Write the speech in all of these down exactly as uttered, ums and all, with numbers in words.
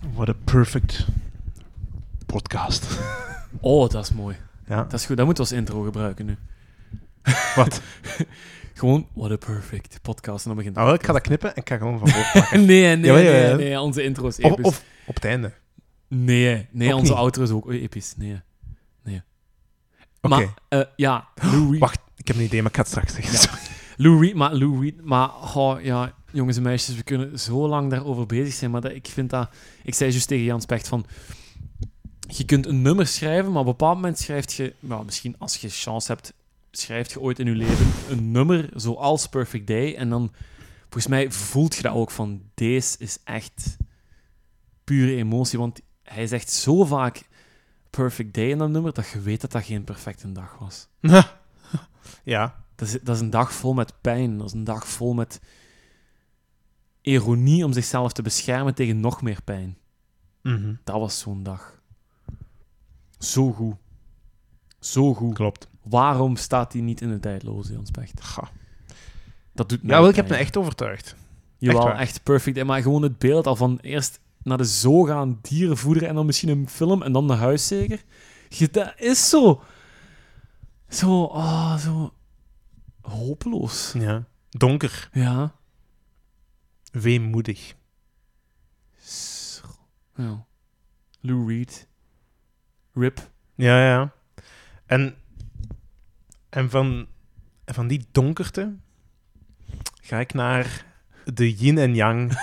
What a perfect podcast. Oh, dat is mooi. Ja. Dat is goed, dat moeten we als intro gebruiken nu. Wat? Gewoon, what a perfect podcast. En dan begint Nou, wel, ik ga dat knippen en ik ga gewoon van boven plakken. nee, nee, Jawel, nee, jawel. nee, onze intro is Of, episch. of op het einde. Nee, nee, Ook onze niet. outro is ook episch. Nee, nee. Oké. Maar, uh, ja, Lou Reed... Wacht, ik heb een idee, maar ik ga het straks zeggen. Ja. Sorry. Lou Reed, maar Lou Reed... Maar, oh, ja, jongens en meisjes, we kunnen zo lang daarover bezig zijn, maar dat, ik vind dat... Ik zei juist tegen Jan Specht van... Je kunt een nummer schrijven, maar op een bepaald moment schrijft je... Nou, misschien als je chance hebt, schrijft je ooit in je leven een nummer zoals Perfect Day. En dan, volgens mij, voelt je dat ook van... Deze is echt pure emotie, want hij zegt zo vaak Perfect Day in dat nummer, dat je weet dat dat geen perfecte dag was. Ja. Dat is, dat is een dag vol met pijn. Dat is een dag vol met ironie om zichzelf te beschermen tegen nog meer pijn. Mm-hmm. Dat was zo'n dag. Zo goed. Zo goed. Klopt. Waarom staat hij niet in de tijdloze, Jan Specht? Ga. Dat doet Ja, wel, ik pijn. heb me echt overtuigd. Jawel, echt echt, waar. perfect. Maar gewoon het beeld al van eerst naar de zoo gaan, dieren voederen en dan misschien een film en dan naar huis zeker. Je, dat is zo... Zo, ah, zo... Hopeloos. Ja. Donker. Ja. Weemoedig. Zo. Ja. Lou Reed. Rip. Ja, ja. En, en van, en van die donkerte ga ik naar de yin en yang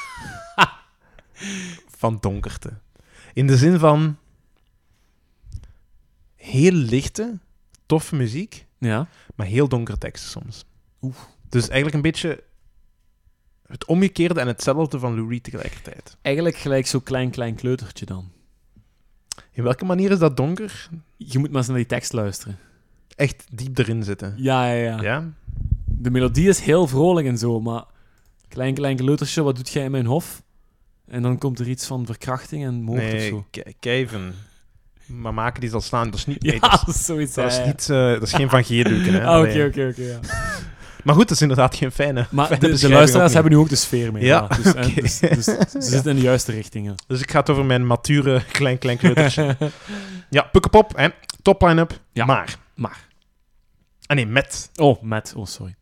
van donkerte. In de zin van heel lichte, toffe muziek, Ja. maar heel donkere teksten soms. Oeh. Dus eigenlijk een beetje het omgekeerde en hetzelfde van Lou Reed tegelijkertijd. Eigenlijk gelijk zo'n klein, klein kleutertje dan. In welke manier is dat donker? Je moet maar eens naar die tekst luisteren. Echt diep erin zitten. Ja, ja, ja. Ja? De melodie is heel vrolijk en zo, maar... Klein, klein kleutertje, wat doet jij in mijn hof? En dan komt er iets van verkrachting en moord of Nee, zo. k- kijven. Maar maken die zal slaan, dat is niet... Ja, nee, dat is- dat is zoiets. Dat is, ja, ja. niet, eh, dat is geen Van Geerduken, hè. Ah, Oké, Allee. oké, oké, ja. Maar goed, dat is inderdaad geen fijne, Maar fijne de, de beschrijving luisteraars ook hebben nu ook de sfeer mee. Ja, Ja, dus, eh, oké. dus, dus ze zitten in de juiste richting. hè. niet. Dus ik ga het over mijn mature klein, klein kleutertje. Ja, Pukkelpop, hè. Top line-up. Ja. Maar. Maar. Ah nee, met Oh, Matt. Oh, sorry.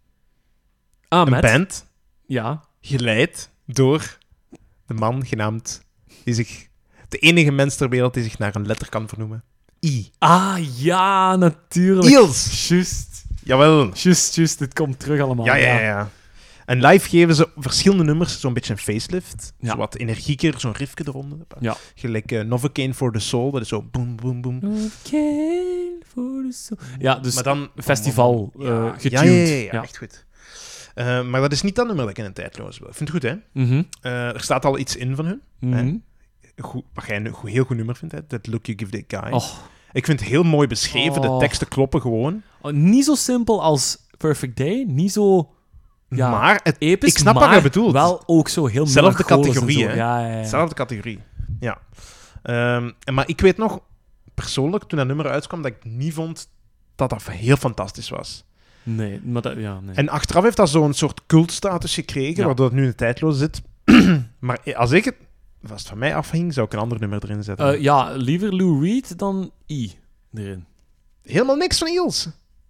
Ah, een Matt. band Ja. geleid door de man genaamd... Die zich... De enige mens ter wereld die zich naar een letter kan vernoemen. I. Ah, ja, natuurlijk. Iels! Juist. Jawel. Juist, juist. Dit komt terug allemaal. Ja, ja, ja. En live geven ze verschillende nummers zo'n beetje een facelift. Ja. Zo wat energieker, zo'n riffje eronder. Ja. Gelijk uh, Novocaine for the Soul, dat is zo boom, boom, boom. Okay for the soul. Ja, dus Maar dan... festival ja, uh, ja, getuned. ja, ja, ja, Ja. echt goed. Uh, maar dat is niet dat nummer dat ik in een tijdloos wil. Ik vind het goed, hè. Mhm. Uh, er staat al iets in van hun. Mhm. Goed, wat jij een goed, heel goed nummer vindt, hè. That Look You Give That Guy. Oh. Ik vind het heel mooi beschreven. Oh. De teksten kloppen gewoon. Oh, niet zo simpel als Perfect Day. Niet zo ja, maar het, episch, ik snap maar wat je bedoelt. wel ook zo heel Zelfde melancholisch en categorie, zo. hè. Ja, ja, ja. Zelfde categorie. Ja. Um, en, maar ik weet nog, persoonlijk, toen dat nummer uitkwam, dat ik niet vond dat dat heel fantastisch was. Nee, maar dat... Ja, nee. En achteraf heeft dat zo'n soort cultstatus gekregen, Ja. waardoor het nu in de tijdloos zit. Maar als ik het, als het van mij afhing, zou ik een ander nummer erin zetten. Uh, ja, liever Lou Reed dan I erin. Helemaal niks van Eels.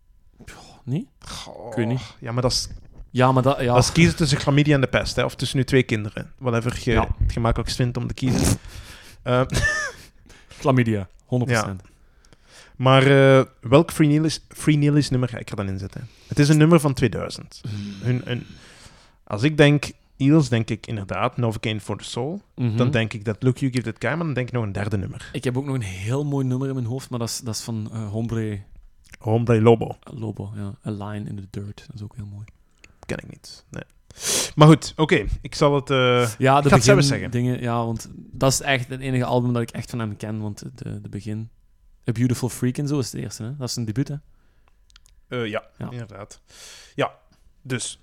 Niet? Goh, Ik weet niet. Ja, maar dat is, Ja, maar dat... Ja. dat is kiezen tussen chlamydia en de pest, hè, of tussen nu twee kinderen. Whatever je Ja. het gemakkelijkst vindt om te kiezen. uh, Chlamydia, honderd procent. maar uh, welk Free Nihilist, Free Nihilist nummer ga ik er dan in zetten? Het is een nummer van tweeduizend. Mm. Hun, hun, als ik denk Eels, denk ik inderdaad Novocaine for the Soul. Mhm. Dan denk ik dat Look You Give That Guy, maar dan denk ik nog een derde nummer. Ik heb ook nog een heel mooi nummer in mijn hoofd, maar dat is, dat is van uh, Hombre Hombre Lobo. Lobo. Ja. A Line in the Dirt. Dat is ook heel mooi. Ken ik niet. Nee. Maar goed, oké. Okay. Ik zal het... Uh, Ja, de ik ga het zelf begin zeggen. dingen, ja, want dat is echt het enige album dat ik echt van hem ken, want de, de begin... A Beautiful Freak en zo is het eerste, hè? Dat is zijn debuut, hè? Uh, ja, Ja. inderdaad. Ja, dus.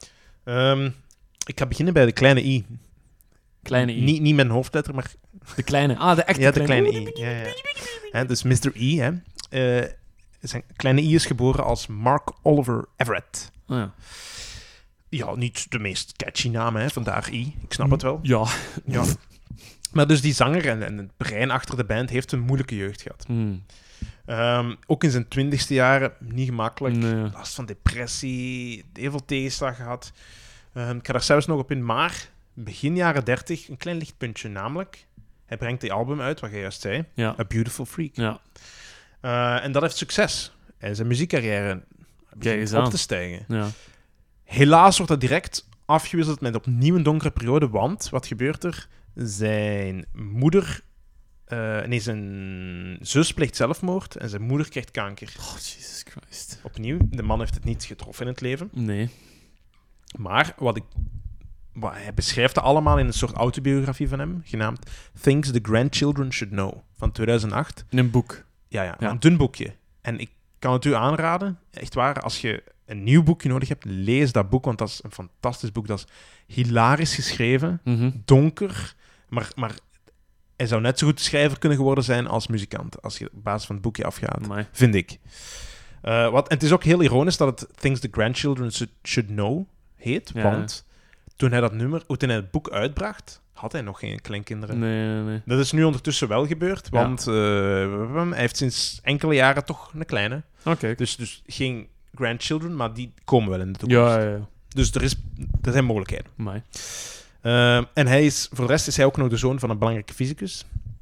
Um, ik ga beginnen bij de kleine I. Kleine I. Niet, niet mijn hoofdletter, maar... De kleine... Ah, de echte Ja, de kleine kleine... I. Ja, ja. Hè, dus mister I, hè. Uh, zijn kleine I is geboren als Mark Oliver Everett. Oh, ja. Ja, niet de meest catchy naam, hè. Vandaar I. Ik snap het wel. Ja. Ja. Maar dus die zanger en, en het brein achter de band heeft een moeilijke jeugd gehad. Hmm. Um, ook in zijn twintigste jaren niet gemakkelijk. Nee. Last van depressie, heel veel tegenslag gehad. Um, ik ga daar zelfs nog op in. Maar begin jaren dertig, een klein lichtpuntje. Namelijk, hij brengt die album uit, wat jij juist zei. Ja. A Beautiful Freak. Ja. Uh, en dat heeft succes. En zijn muziekcarrière begint op aan. te stijgen. Ja. Helaas wordt dat direct afgewisseld met opnieuw een donkere periode. Want, wat gebeurt er? Zijn moeder... Uh, nee, zijn zus pleegt zelfmoord en zijn moeder krijgt kanker. Oh, Jesus Christ. Opnieuw, de man heeft het niet getroffen in het leven. Nee. Maar wat ik, wat, hij beschrijft het allemaal in een soort autobiografie van hem, genaamd Things the Grandchildren Should Know, van tweeduizend acht. In een boek. Ja, ja, Ja. een dun boekje. En ik kan het u aanraden, echt waar, als je een nieuw boekje nodig hebt, lees dat boek, want dat is een fantastisch boek. Dat is hilarisch geschreven, Mm-hmm. donker, maar... maar hij zou net zo goed schrijver kunnen geworden zijn als muzikant, als je op basis van het boekje afgaat, Amai. vind ik. Uh, wat, en het is ook heel ironisch dat het Things the Grandchildren Should Know heet, Ja. want toen hij dat nummer, toen hij het boek uitbracht, had hij nog geen kleinkinderen. Nee, nee, nee. Dat is nu ondertussen wel gebeurd, Ja. want uh, hij heeft sinds enkele jaren toch een kleine. Oké. Dus, dus geen grandchildren, maar die komen wel in de toekomst. Ja, ja, ja. Dus er, is, er zijn mogelijkheden. Amai. Uh, en hij is, voor de rest is hij ook nog de zoon van een belangrijke fysicus.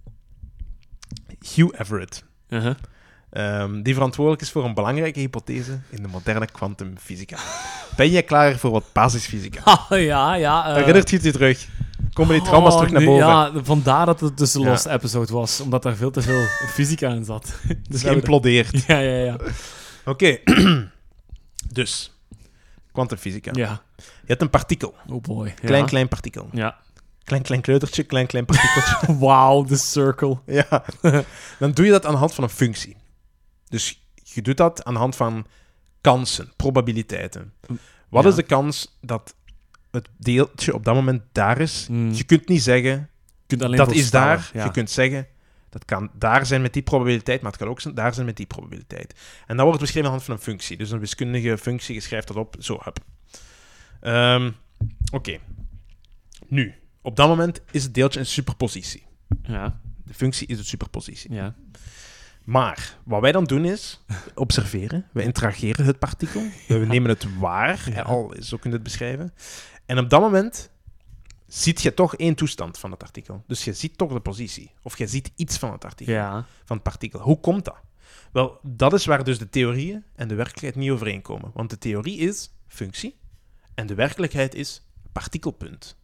Hugh Everett. Uh-huh. Um, die verantwoordelijk is voor een belangrijke hypothese in de moderne kwantumfysica. Ben jij klaar voor wat basisfysica? Ah, ja, ja. Uh... Herinnert je het je terug? Komen die trauma's Oh, terug naar nu- boven? Ja, vandaar dat het dus een Ja. lost episode was. Omdat er veel te veel fysica in zat. Het Dus is we hebben- geïmplodeerd. Ja, ja, ja. Oké. Dus, kwantumfysica. Ja. Je hebt een partikel. Oh boy. Klein, ja. klein partikel. Ja. Klein, klein kleutertje, klein, klein partikeltje. Wow, the circle. Ja. Dan doe je dat aan de hand van een functie. Dus je doet dat aan de hand van kansen, probabiliteiten. Wat Ja. is de kans dat het deeltje op dat moment daar is? Hmm. Je kunt niet zeggen, Je kunt alleen dat is voorspellen. daar. Ja. Je kunt zeggen, dat kan daar zijn met die probabiliteit, maar het kan ook zijn, daar zijn met die probabiliteit. En dat wordt beschreven aan de hand van een functie. Dus een wiskundige functie, je schrijft dat op, zo, hup. Um, Oké. Okay. Nu, op dat moment is het deeltje een superpositie. Ja. De functie is een superpositie. Ja. Maar wat wij dan doen is observeren. We interageren het partikel. We nemen het waar, Ja. hè, al zo kun je het beschrijven. En op dat moment ziet je toch één toestand van het artikel. Dus je ziet toch de positie. Of je ziet iets van het artikel, Ja. van het partikel. Hoe komt dat? Wel, dat is waar dus de theorieën en de werkelijkheid niet overeenkomen. Want de theorie is functie en de werkelijkheid is partikelpunt.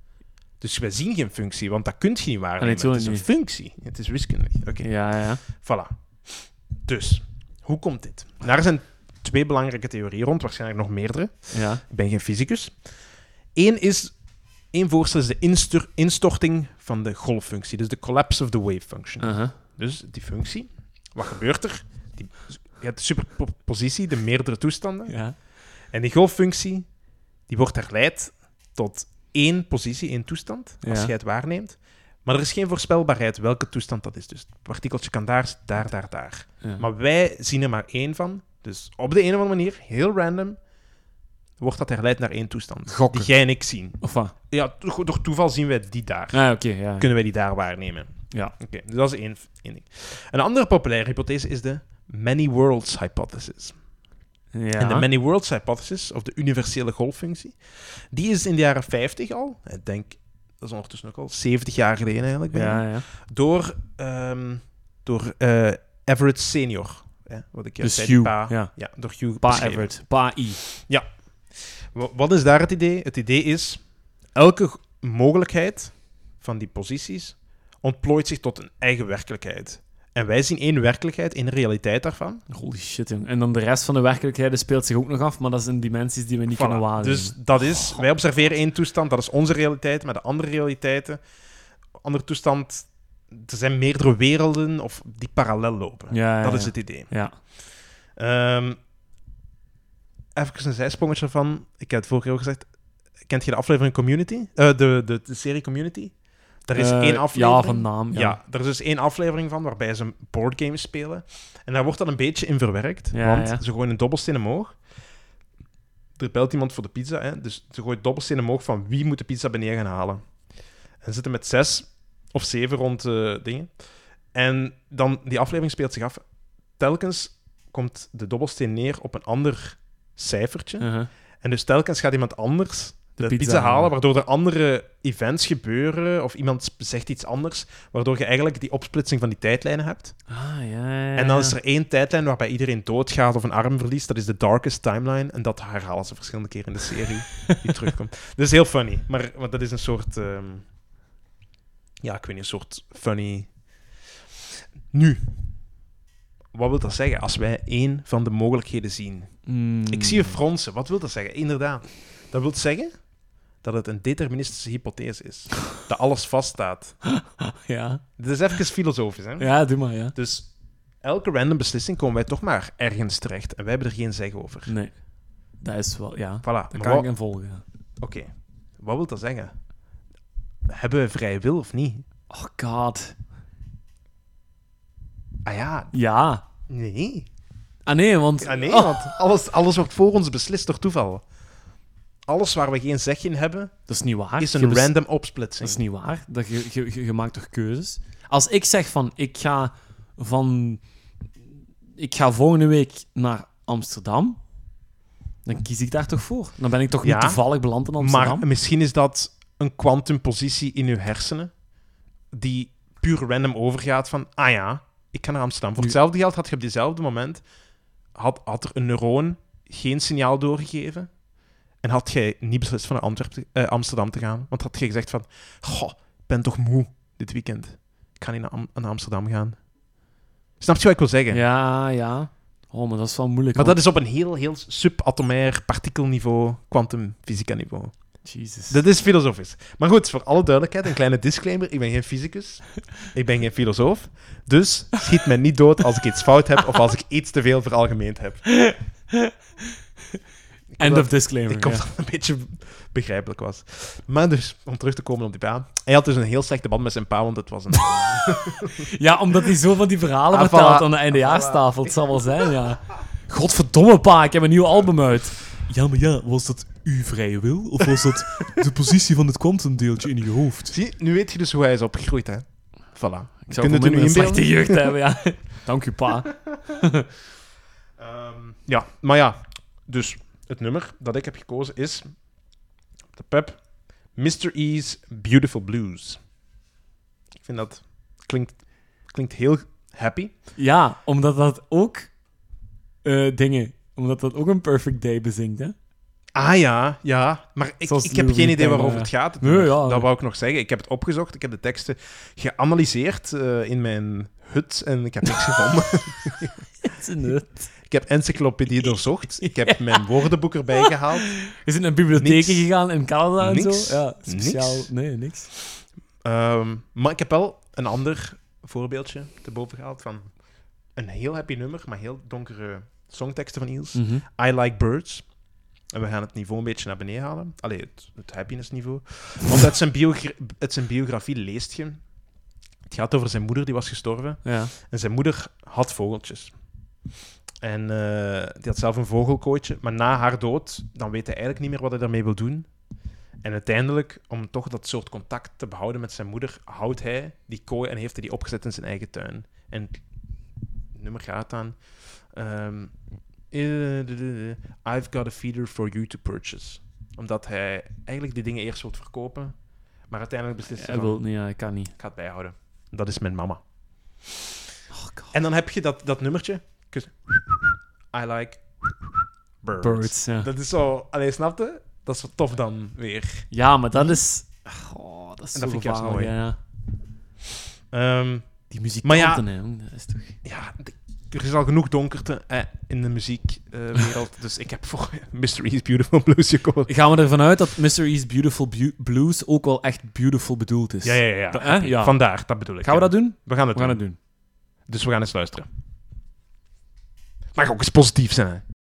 Dus wij zien geen functie, want dat kun je niet waarnemen. Ah, nee, zo het is een niet. functie. Het is wiskundig. Oké. Ja, ja. Voilà. Dus, hoe komt dit? Daar zijn twee belangrijke theorieën rond, waarschijnlijk nog meerdere. Ja. Ik ben geen fysicus. Eén is, één voorstel is de instur- instorting van de golffunctie, dus de collapse of the wave function. Uh-huh. Dus die functie, wat gebeurt er? Die, je hebt de superpositie, de meerdere toestanden. Ja. En die golffunctie, die wordt herleid tot één positie, één toestand, als Ja. jij het waarneemt. Maar er is geen voorspelbaarheid welke toestand dat is. Dus het partikeltje kan daar, daar, daar, daar. Ja. Maar wij zien er maar één van. Dus op de een of andere manier, heel random, wordt dat herleid naar één toestand. Gokken. Die jij en ik zien. Of wat? Ja, door, door toeval zien wij die daar. Ah, oké, ja. Kunnen wij die daar waarnemen. Ja. Oké, dus dat is één, één ding. Een andere populaire hypothese is de Many Worlds Hypothesis. Ja. En de Many Worlds Hypothesis, of de universele golffunctie, die is in de jaren vijftig al, ik denk, dat is ondertussen ook al zeventig jaar geleden eigenlijk, bijna, Ja, ja. door, um, door uh, Everett senior. Hè, wat ik Dus zei, Hugh, pa, ja. ja, door Hugh Pa beschreven. Everett. Pa I. Wa- Wat is daar het idee? Het idee is, elke g- mogelijkheid van die posities ontplooit zich tot een eigen werkelijkheid. En wij zien één werkelijkheid, één realiteit daarvan. Holy shit, jong. En dan de rest van de werkelijkheden speelt zich ook nog af, maar dat zijn dimensies die we niet Voilà. kunnen waarnemen. Dus dat is, wij observeren één toestand, dat is onze realiteit, maar de andere realiteiten, andere toestand, er zijn meerdere werelden of die parallel lopen. Ja, ja, dat ja. is het idee. Ja. Um, even een zijsprongetje ervan. Ik heb het vorige keer ook gezegd. Kent je de aflevering Community? Uh, de, de, de serie Community? Er is Eh, één aflevering. Ja, van naam. Ja. Ja, er is dus één aflevering van waarbij ze boardgames spelen. En daar wordt dat een beetje in verwerkt. Ja, want ja. ze gooien een dobbelsteen omhoog. Er belt iemand voor de pizza. Hè? Dus ze gooien dobbelsteen omhoog van wie moet de pizza beneden gaan halen. En ze zitten met zes of zeven rond uh, dingen. En dan, die aflevering speelt zich af. Telkens komt de dobbelsteen neer op een ander cijfertje. Uh-huh. En dus telkens gaat iemand anders de, De pizza, pizza halen, halen. waardoor er andere events gebeuren, of iemand zegt iets anders, waardoor je eigenlijk die opsplitsing van die tijdlijnen hebt. Ah, ja, ja, En dan is er één tijdlijn waarbij iedereen doodgaat of een arm verliest. Dat is de Darkest Timeline. En dat herhalen ze verschillende keren in de serie die terugkomt. Dat is heel funny. Maar want dat is een soort... Um, ja, ik weet niet, een soort funny... Nu, wat wil dat zeggen als wij één van de mogelijkheden zien? Mm. Ik zie je fronsen. Wat wil dat zeggen? Inderdaad. Dat wil zeggen dat het een deterministische hypothese is. Dat alles vaststaat. Ja. Dit is even filosofisch, hè? Ja, doe maar, ja. Dus elke random beslissing komen wij toch maar ergens terecht. En wij hebben er geen zeg over. Nee. Dat is wel, ja. Voilà. Dat Maar kan wat- ik in volgen. ja. Oké. Wat wil dat zeggen? Hebben we vrije wil of niet? Oh god. Ah ja, Ja. nee. Ah nee, want... Ah, nee, Oh, want alles, alles wordt voor ons beslist door toeval. Alles waar we geen zeg in hebben, dat is niet waar. is Je een bes- random Dat opsplitsing. is niet waar. Dat je, je, je, je maakt toch keuzes? Als ik zeg van, ik ga van... Ik ga volgende week naar Amsterdam, dan kies ik daar toch voor. Dan ben ik toch Ja, niet toevallig beland in Amsterdam? Maar misschien is dat een kwantumpositie in uw hersenen die puur random overgaat van, ah ja, ik ga naar Amsterdam. Voor Nu- hetzelfde geld had je op diezelfde moment, had, had er een neuron geen signaal doorgegeven en had jij niet beslist van naar Antwerpen, eh, Amsterdam te gaan. Want had je gezegd van, goh, ik ben toch moe dit weekend. Ik ga niet naar, Am- naar Amsterdam gaan. Snap je wat ik wil zeggen? Ja, ja. Oh, maar dat is wel moeilijk. Maar dat want- is op een heel, heel subatomair partikelniveau, kwantumfysica niveau. Jezus. Dat is filosofisch. Maar goed, voor alle duidelijkheid, een kleine disclaimer. Ik ben geen fysicus. Ik ben geen filosoof. Dus schiet mij niet dood als ik iets fout heb of als ik iets te veel veralgemeend heb. Ik End hoop of disclaimer. Ik hoop ja. dat het een beetje begrijpelijk was. Maar dus, om terug te komen op die pa. Hij had dus een heel slechte band met zijn pa, want het was een... Ja, omdat hij zo van die verhalen Ah, vertelt voilà. aan de eindejaarsttafel. Het zal wel zijn, ja. Godverdomme, pa, ik heb een nieuw album uit. Ja, maar ja, was dat uw vrije wil? Of was dat de positie van het kwantumdeeltje in je hoofd? Zie, nu weet je dus hoe hij is opgegroeid, hè. Voilà. Ik zou Kun je het voor nu een slechte inbeelden? jeugd hebben, ja. Dank u, pa. Ehm, ja, maar ja. Dus het nummer dat ik heb gekozen is... De pub. mister E's Beautiful Blues. Ik vind dat... Klinkt, klinkt heel happy. Ja, omdat dat ook... eh, dingen... Omdat dat ook een perfect day bezingt, hè? Ah ja, ja. Maar ik, Zoals ik heb Louis geen idee Vuitton, waarover ja. het gaat. het Nee, nummer. ja. Dat wou ik nog zeggen. Ik heb het opgezocht. Ik heb de teksten geanalyseerd eh, in mijn hut en ik heb niks gevonden. Het is een nut. Ik heb encyclopedie doorzocht. Ik heb mijn woordenboek erbij gehaald. Je zit naar bibliotheken Niks. gegaan in Canada en Niks. zo. Ja, speciaal. Niks. Nee, niks. Ehm, maar ik heb wel een ander voorbeeldje te boven gehaald van een heel happy nummer, maar heel donkere songteksten van Eels. Mhm. I Like Birds. En we gaan het niveau een beetje naar beneden halen. Allee, het, het happiness niveau. Want uit zijn, biogra- uit zijn biografie leest je... Het gaat over zijn moeder, die was gestorven. Ja. En zijn moeder had vogeltjes. En eh, die had zelf een vogelkooitje. Maar na haar dood, dan weet hij eigenlijk niet meer wat hij daarmee wil doen. En uiteindelijk, om toch dat soort contact te behouden met zijn moeder, houdt hij die kooi en heeft hij die opgezet in zijn eigen tuin. En het nummer gaat aan... ehm, eh, de- de- de- I've got a feeder for you to purchase. Omdat hij eigenlijk die dingen eerst wil verkopen, maar uiteindelijk beslist hij Hij van, wil... Nee, ja, ik kan niet. ik ga het bijhouden. Dat is mijn mama. Oh, God. En dan heb je dat, dat nummertje. 'Cause I like birds. Birds, ja. Dat is zo... Allee, snapte? Dat is zo tof dan weer. Ja, maar dat is... Oh, dat is En zo dat vind ik juist gevaarlijk, mooi. ja. Ehm, Die muzikanten, Maar ja- hè, jong, dat is toch... ja, d- er is al genoeg donkerte eh, in de muziekwereld. dus ik heb voor mister E's Beautiful Blues gekozen. Gaan we ervan uit dat mister E's Beautiful Bu- Blues ook wel echt beautiful bedoeld is? Ja, ja, ja. Da- hè? Ja. Vandaar, dat bedoel ik. Gaan we ja. dat doen? We gaan het We gaan doen. het doen. Dus we gaan eens luisteren. Mag ook eens positief zijn, hè?